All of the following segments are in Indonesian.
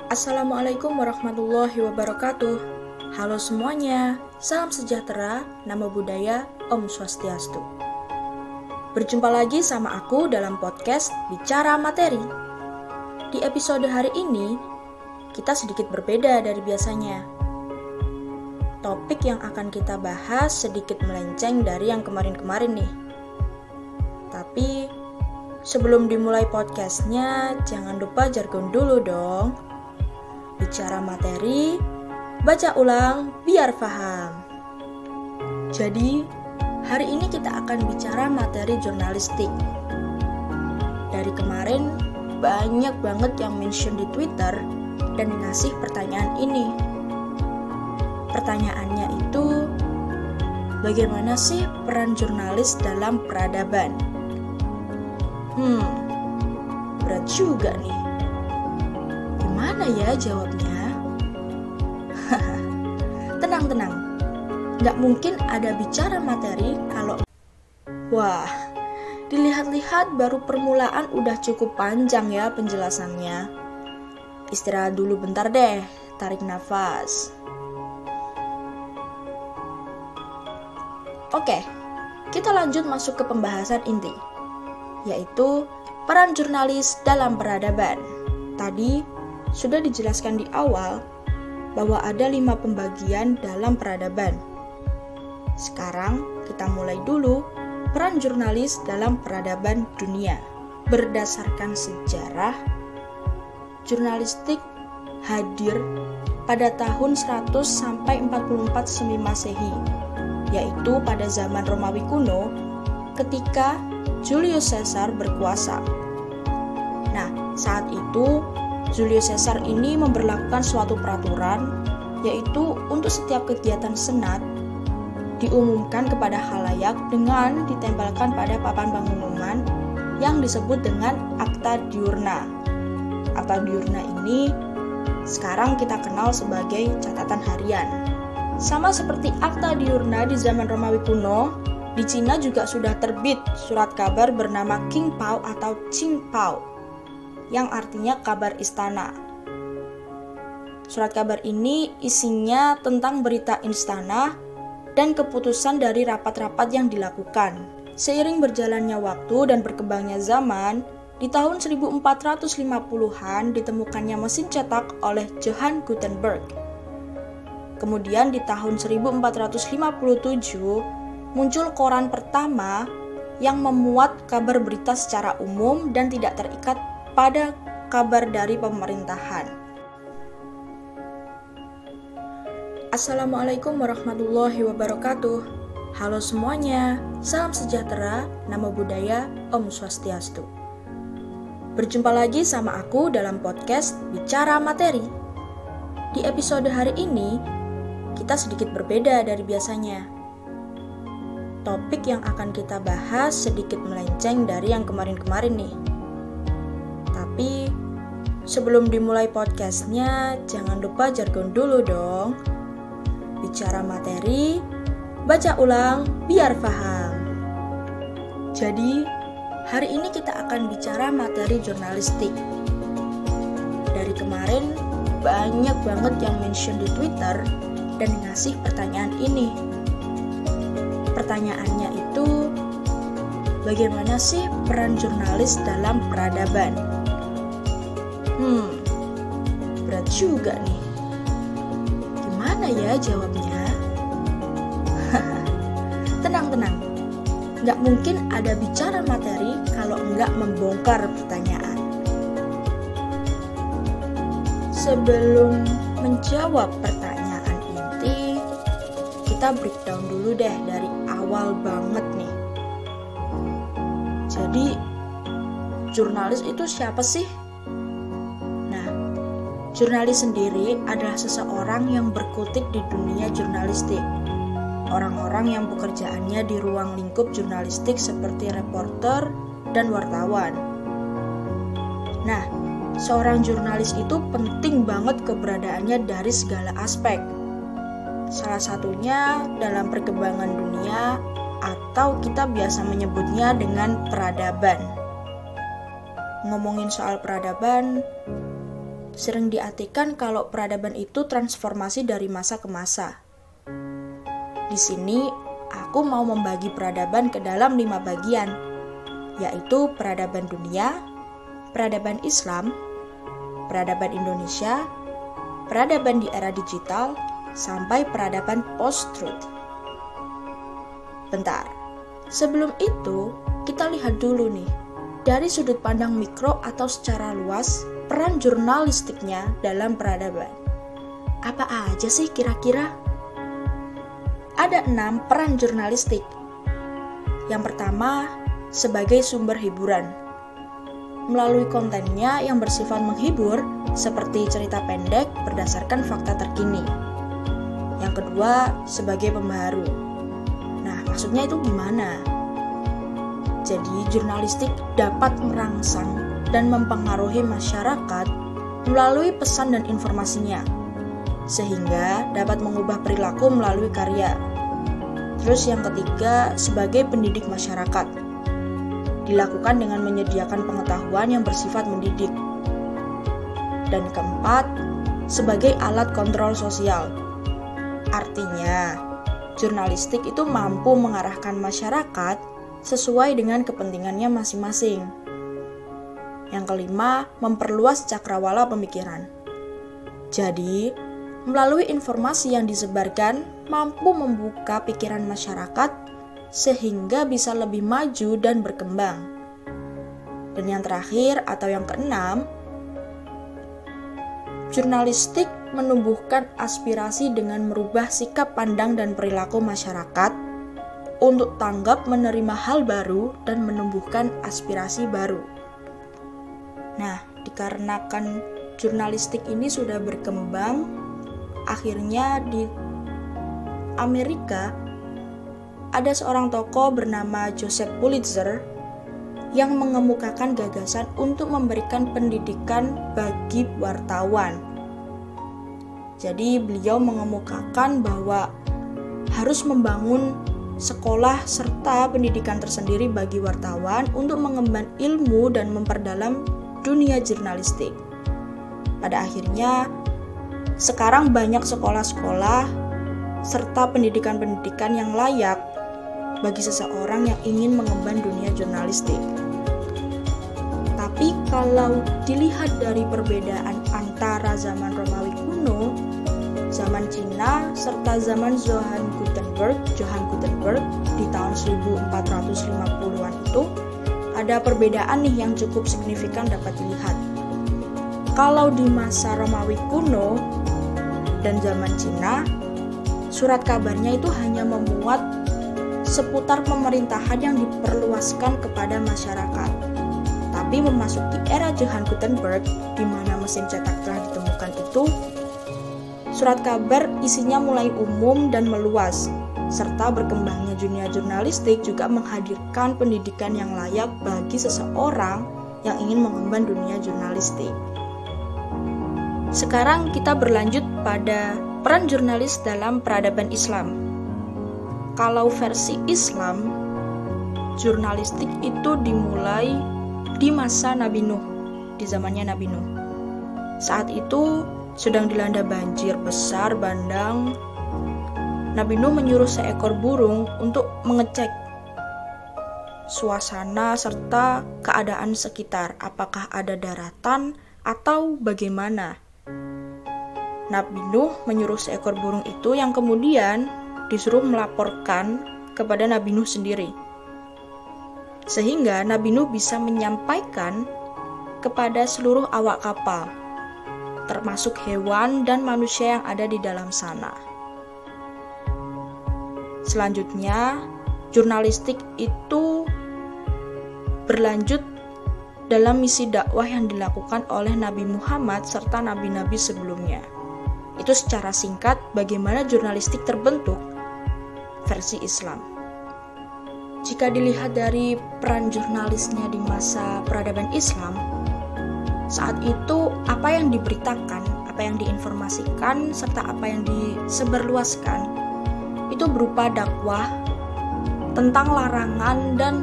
Assalamualaikum warahmatullahi wabarakatuh. Halo semuanya, salam sejahtera, nama budaya, Om Swastiastu. Berjumpa lagi sama aku dalam podcast Bicara Materi. Di episode hari ini, kita sedikit berbeda dari biasanya. Topik yang akan kita bahas sedikit melenceng dari yang kemarin-kemarin nih. Tapi, sebelum dimulai podcastnya, jangan lupa jargon dulu dong. Bicara materi, baca ulang biar paham. Jadi, hari ini kita akan bicara materi jurnalistik. Dari kemarin, banyak banget yang mention di Twitter dan ngasih pertanyaan ini. Pertanyaannya itu, bagaimana sih peran jurnalis dalam peradaban? Berat juga nih. Gimana ya jawabnya? Tenang. Nggak mungkin ada bicara materi kalau... Wah, dilihat-lihat baru permulaan udah cukup panjang ya penjelasannya. Istirahat dulu bentar deh, tarik nafas. Oke, kita lanjut masuk ke pembahasan inti, yaitu peran jurnalis dalam peradaban. Tadi sudah dijelaskan di awal bahwa ada 5 pembagian dalam peradaban. Sekarang kita mulai dulu peran jurnalis dalam peradaban dunia. Berdasarkan sejarah, jurnalistik hadir pada tahun 100 sampai 44 sebelum Masehi, yaitu pada zaman Romawi kuno ketika Julius Caesar berkuasa. Nah, saat itu Julius Caesar ini memberlakukan suatu peraturan, yaitu untuk setiap kegiatan senat diumumkan kepada khalayak dengan ditempelkan pada papan pengumuman yang disebut dengan Acta Diurna. Acta Diurna ini sekarang kita kenal sebagai catatan harian. Sama seperti Acta Diurna di zaman Romawi kuno, di Cina juga sudah terbit surat kabar bernama Qing Pao atau Qing Pao, yang artinya kabar istana. Surat kabar ini isinya tentang berita istana dan keputusan dari rapat-rapat yang dilakukan. Seiring berjalannya waktu dan berkembangnya zaman, di tahun 1450-an ditemukannya mesin cetak oleh Johann Gutenberg. Kemudian di tahun 1457 muncul koran pertama yang memuat kabar berita secara umum dan tidak terikat pada kabar dari pemerintahan. Assalamualaikum warahmatullahi wabarakatuh. Halo semuanya, salam sejahtera, nama budaya, Om Swastiastu. Berjumpa lagi sama aku dalam podcast Bicara Materi. Di episode hari ini, kita sedikit berbeda dari biasanya. Topik yang akan kita bahas sedikit melenceng dari yang kemarin-kemarin nih. Tapi, sebelum dimulai podcastnya, jangan lupa jargon dulu dong. Bicara materi, baca ulang, biar paham. Jadi, hari ini kita akan bicara materi jurnalistik. Dari kemarin, banyak banget yang mention di Twitter dan ngasih pertanyaan ini. Pertanyaannya itu, bagaimana sih peran jurnalis dalam peradaban? Berat juga nih. Gimana ya jawabnya? Tenang. Nggak mungkin ada bicara materi kalau nggak membongkar pertanyaan. Sebelum menjawab pertanyaan inti, kita breakdown dulu deh dari awal banget nih. Jadi, jurnalis itu siapa sih? Jurnalis sendiri adalah seseorang yang berkutik di dunia jurnalistik. Orang-orang yang pekerjaannya di ruang lingkup jurnalistik seperti reporter dan wartawan. Nah, seorang jurnalis itu penting banget keberadaannya dari segala aspek. Salah satunya dalam perkembangan dunia atau kita biasa menyebutnya dengan peradaban. Ngomongin soal peradaban, sering diartikan kalau peradaban itu transformasi dari masa ke masa. Di sini, aku mau membagi peradaban ke dalam 5 bagian, yaitu peradaban dunia, peradaban Islam, peradaban Indonesia, peradaban di era digital, sampai peradaban post-truth. Bentar, sebelum itu kita lihat dulu nih, dari sudut pandang mikro atau secara luas, peran jurnalistiknya dalam peradaban. Apa aja sih kira-kira? Ada 6 peran jurnalistik. Yang pertama, sebagai sumber hiburan. Melalui kontennya yang bersifat menghibur, seperti cerita pendek berdasarkan fakta terkini. Yang kedua, sebagai pembaharu. Nah, maksudnya itu gimana? Jadi, jurnalistik dapat merangsang dan mempengaruhi masyarakat melalui pesan dan informasinya, sehingga dapat mengubah perilaku melalui karya. Terus yang ketiga, sebagai pendidik masyarakat. Dilakukan dengan menyediakan pengetahuan yang bersifat mendidik. Dan keempat, sebagai alat kontrol sosial. Artinya, jurnalistik itu mampu mengarahkan masyarakat sesuai dengan kepentingannya masing-masing. Yang kelima, memperluas cakrawala pemikiran. Jadi, melalui informasi yang disebarkan, mampu membuka pikiran masyarakat sehingga bisa lebih maju dan berkembang. Dan yang terakhir atau yang keenam, jurnalistik menumbuhkan aspirasi dengan merubah sikap pandang dan perilaku masyarakat untuk tanggap menerima hal baru dan menumbuhkan aspirasi baru. Nah, dikarenakan jurnalistik ini sudah berkembang, akhirnya di Amerika ada seorang tokoh bernama Joseph Pulitzer yang mengemukakan gagasan untuk memberikan pendidikan bagi wartawan. Jadi beliau mengemukakan bahwa harus membangun sekolah serta pendidikan tersendiri bagi wartawan untuk mengemban ilmu dan memperdalam dunia jurnalistik. Pada akhirnya, sekarang banyak sekolah-sekolah serta pendidikan-pendidikan yang layak bagi seseorang yang ingin mengemban dunia jurnalistik. Tapi kalau dilihat dari perbedaan antara zaman Romawi kuno, zaman Cina, serta zaman Johann Gutenberg di tahun 1450-an itu, ada perbedaan nih yang cukup signifikan dapat dilihat. Kalau di masa Romawi kuno dan zaman Cina, surat kabarnya itu hanya memuat seputar pemerintahan yang diperluaskan kepada masyarakat. Tapi memasuki era Johann Gutenberg, di mana mesin cetak telah ditemukan itu, surat kabar isinya mulai umum dan meluas, serta berkembangnya dunia jurnalistik juga menghadirkan pendidikan yang layak bagi seseorang yang ingin mengemban dunia jurnalistik. Sekarang kita berlanjut pada peran jurnalis dalam peradaban Islam. Kalau versi Islam, jurnalistik itu dimulai di masa Nabi Nuh, di zamannya Nabi Nuh. Saat itu sedang dilanda banjir besar bandang. Nabi Nuh menyuruh seekor burung untuk mengecek suasana serta keadaan sekitar, apakah ada daratan atau bagaimana. Nabi Nuh menyuruh seekor burung itu yang kemudian disuruh melaporkan kepada Nabi Nuh sendiri. Sehingga Nabi Nuh bisa menyampaikan kepada seluruh awak kapal, termasuk hewan dan manusia yang ada di dalam sana. Selanjutnya, jurnalistik itu berlanjut dalam misi dakwah yang dilakukan oleh Nabi Muhammad serta nabi-nabi sebelumnya. Itu secara singkat bagaimana jurnalistik terbentuk versi Islam. Jika dilihat dari peran jurnalisnya di masa peradaban Islam, saat itu apa yang diberitakan, apa yang diinformasikan, serta apa yang disebarluaskan itu berupa dakwah tentang larangan dan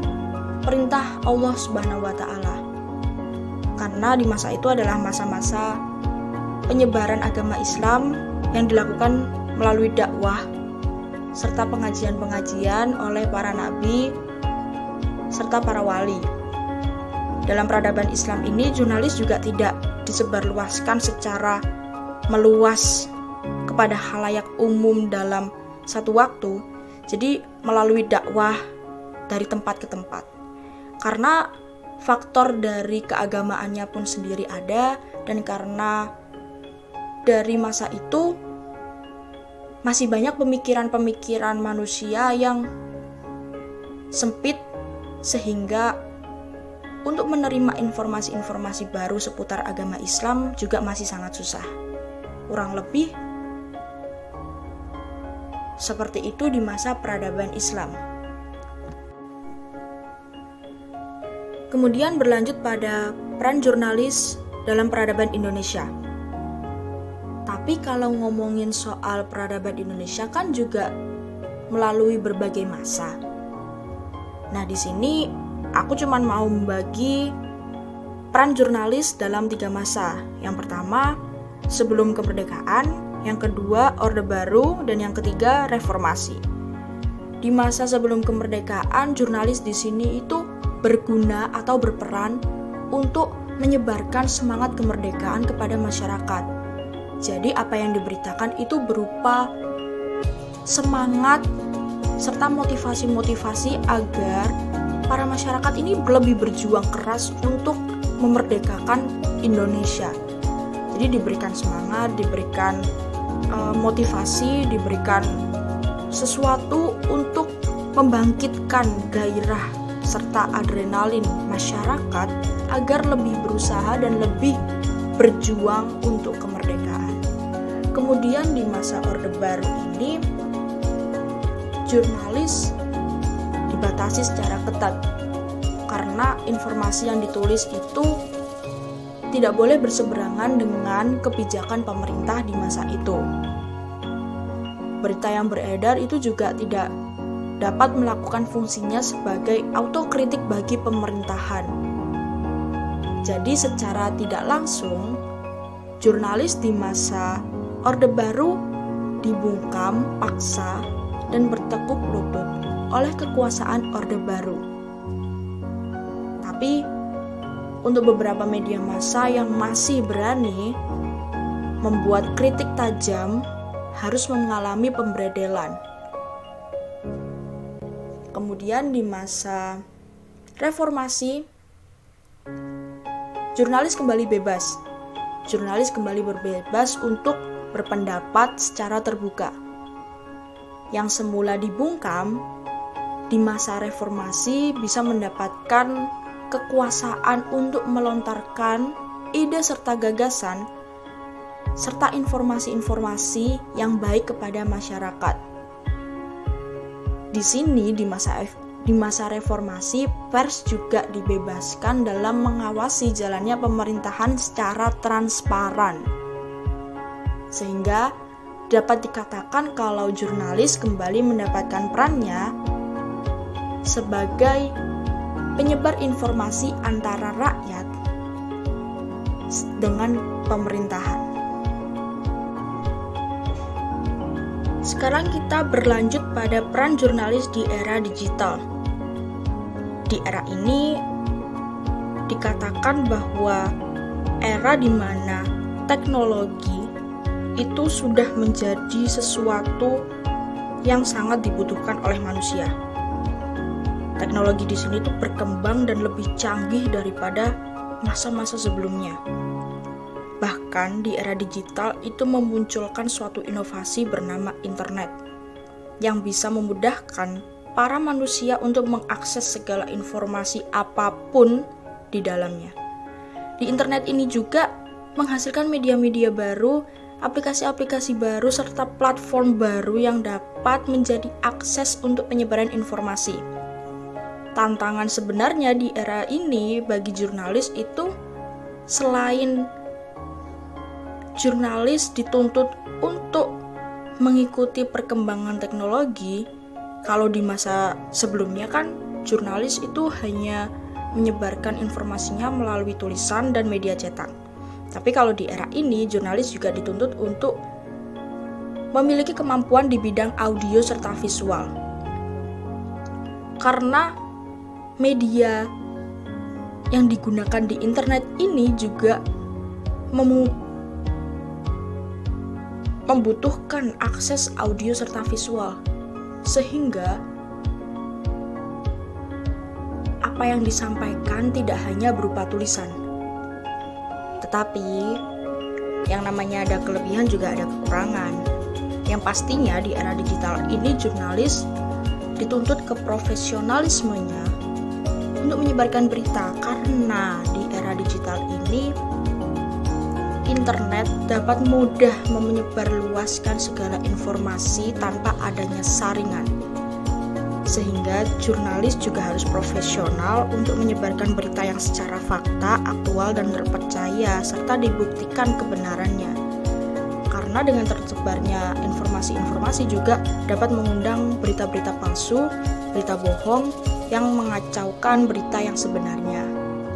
perintah Allah Subhanahu wa Ta'ala. Karena di masa itu adalah masa-masa penyebaran agama Islam yang dilakukan melalui dakwah serta pengajian-pengajian oleh para nabi serta para wali. Dalam peradaban Islam ini, jurnalis juga tidak disebarluaskan secara meluas kepada khalayak umum dalam satu waktu, jadi melalui dakwah dari tempat ke tempat. Karena faktor dari keagamaannya pun sendiri ada, dan karena dari masa itu masih banyak pemikiran-pemikiran manusia yang sempit, sehingga untuk menerima informasi-informasi baru seputar agama Islam juga masih sangat susah. Kurang lebih seperti itu di masa peradaban Islam. Kemudian berlanjut pada peran jurnalis dalam peradaban Indonesia. Tapi kalau ngomongin soal peradaban Indonesia kan juga melalui berbagai masa. Nah, di sini aku cuma mau membagi peran jurnalis dalam 3 masa. Yang pertama, sebelum kemerdekaan, yang kedua, Orde Baru, dan yang ketiga, reformasi. Di masa sebelum kemerdekaan, jurnalis di sini itu berguna atau berperan untuk menyebarkan semangat kemerdekaan kepada masyarakat. Jadi apa yang diberitakan itu berupa semangat serta motivasi-motivasi agar para masyarakat ini lebih berjuang keras untuk memerdekakan Indonesia. Jadi diberikan semangat, diberikan motivasi, diberikan sesuatu untuk membangkitkan gairah serta adrenalin masyarakat agar lebih berusaha dan lebih berjuang untuk kemerdekaan. Kemudian di masa Orde Baru ini, jurnalis dibatasi secara ketat karena informasi yang ditulis itu tidak boleh berseberangan dengan kebijakan pemerintah di masa itu. Berita yang beredar itu juga tidak dapat melakukan fungsinya sebagai autokritik bagi pemerintahan. Jadi secara tidak langsung, jurnalis di masa Orde Baru dibungkam, paksa, dan bertekuk lutut oleh kekuasaan Orde Baru. Tapi untuk beberapa media massa yang masih berani membuat kritik tajam harus mengalami pemberedelan. Kemudian di masa reformasi, jurnalis kembali bebas. Jurnalis kembali berbebas untuk berpendapat secara terbuka. Yang semula dibungkam, di masa reformasi bisa mendapatkan kekuasaan untuk melontarkan ide serta gagasan serta informasi-informasi yang baik kepada masyarakat. Di sini di masa reformasi, pers juga dibebaskan dalam mengawasi jalannya pemerintahan secara transparan. Sehingga dapat dikatakan kalau jurnalis kembali mendapatkan perannya sebagai penyebar informasi antara rakyat dengan pemerintahan. Sekarang kita berlanjut pada peran jurnalis di era digital. Di era ini dikatakan bahwa era di mana teknologi itu sudah menjadi sesuatu yang sangat dibutuhkan oleh manusia. Teknologi di sini tuh berkembang dan lebih canggih daripada masa-masa sebelumnya. Bahkan di era digital itu memunculkan suatu inovasi bernama internet yang bisa memudahkan para manusia untuk mengakses segala informasi apapun di dalamnya. Di internet ini juga menghasilkan media-media baru, aplikasi-aplikasi baru, serta platform baru yang dapat menjadi akses untuk penyebaran informasi. Tantangan sebenarnya di era ini bagi jurnalis itu selain jurnalis dituntut untuk mengikuti perkembangan teknologi, kalau di masa sebelumnya kan jurnalis itu hanya menyebarkan informasinya melalui tulisan dan media cetak. Tapi kalau di era ini, jurnalis juga dituntut untuk memiliki kemampuan di bidang audio serta visual. Karena media yang digunakan di internet ini juga membutuhkan akses audio serta visual, sehingga apa yang disampaikan tidak hanya berupa tulisan, tetapi yang namanya ada kelebihan juga ada kekurangan. Yang pastinya di era digital ini jurnalis dituntut keprofesionalismenya untuk menyebarkan berita, karena di era digital ini internet dapat mudah menyebarluaskan segala informasi tanpa adanya saringan, sehingga jurnalis juga harus profesional untuk menyebarkan berita yang secara fakta, aktual, dan terpercaya serta dibuktikan kebenarannya. Karena dengan tersebarnya informasi-informasi juga dapat mengundang berita-berita palsu, berita bohong yang mengacaukan berita yang sebenarnya.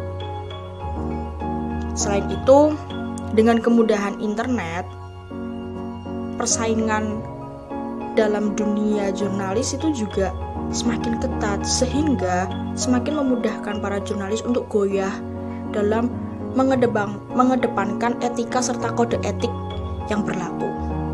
Selain itu, dengan kemudahan internet, persaingan dalam dunia jurnalis itu juga semakin ketat, sehingga semakin memudahkan para jurnalis untuk goyah dalam mengedepankan etika serta kode etik yang berlaku.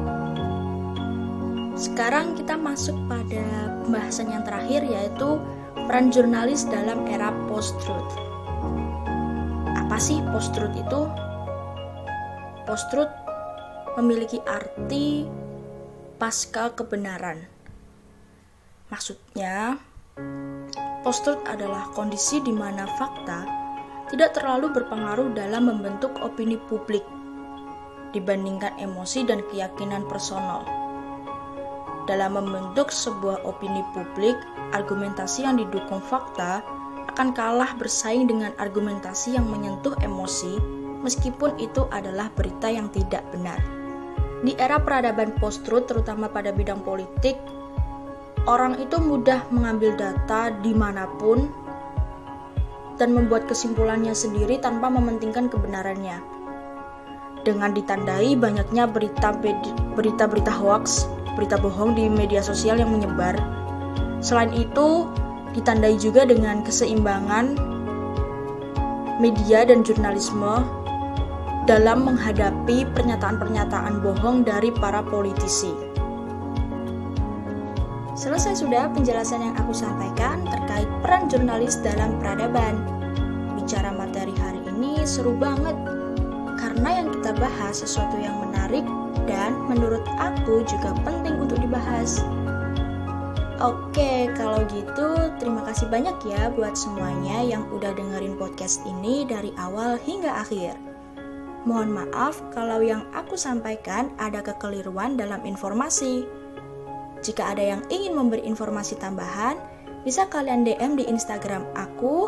Sekarang kita masuk pada pembahasan yang terakhir, yaitu peran jurnalis dalam era post-truth. Apa sih post-truth itu? Post-truth memiliki arti pasca kebenaran. Maksudnya, post-truth adalah kondisi di mana fakta tidak terlalu berpengaruh dalam membentuk opini publik dibandingkan emosi dan keyakinan personal. Dalam membentuk sebuah opini publik, argumentasi yang didukung fakta akan kalah bersaing dengan argumentasi yang menyentuh emosi, meskipun itu adalah berita yang tidak benar. Di era peradaban post-truth, terutama pada bidang politik, orang itu mudah mengambil data dimanapun dan membuat kesimpulannya sendiri tanpa mementingkan kebenarannya. Dengan ditandai banyaknya berita-berita hoax, berita bohong di media sosial yang menyebar. Selain itu, ditandai juga dengan keseimbangan media dan jurnalisme dalam menghadapi pernyataan-pernyataan bohong dari para politisi. Selesai sudah penjelasan yang aku sampaikan terkait peran jurnalis dalam peradaban. Bicara materi hari ini seru banget, karena yang kita bahas sesuatu yang menarik dan menurut aku juga penting untuk dibahas. Oke, kalau gitu terima kasih banyak ya buat semuanya yang udah dengerin podcast ini dari awal hingga akhir. Mohon maaf kalau yang aku sampaikan ada kekeliruan dalam informasi. Jika ada yang ingin memberi informasi tambahan, bisa kalian DM di Instagram aku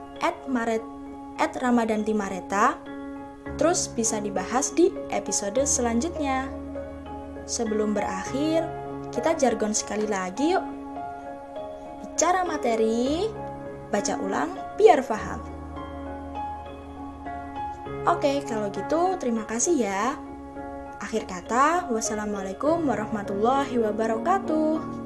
@ramadantimareta. Terus bisa dibahas di episode selanjutnya. Sebelum berakhir, kita jargon sekali lagi yuk. Bicara materi, baca ulang biar paham. Oke, kalau gitu terima kasih ya. Akhir kata, wassalamualaikum warahmatullahi wabarakatuh.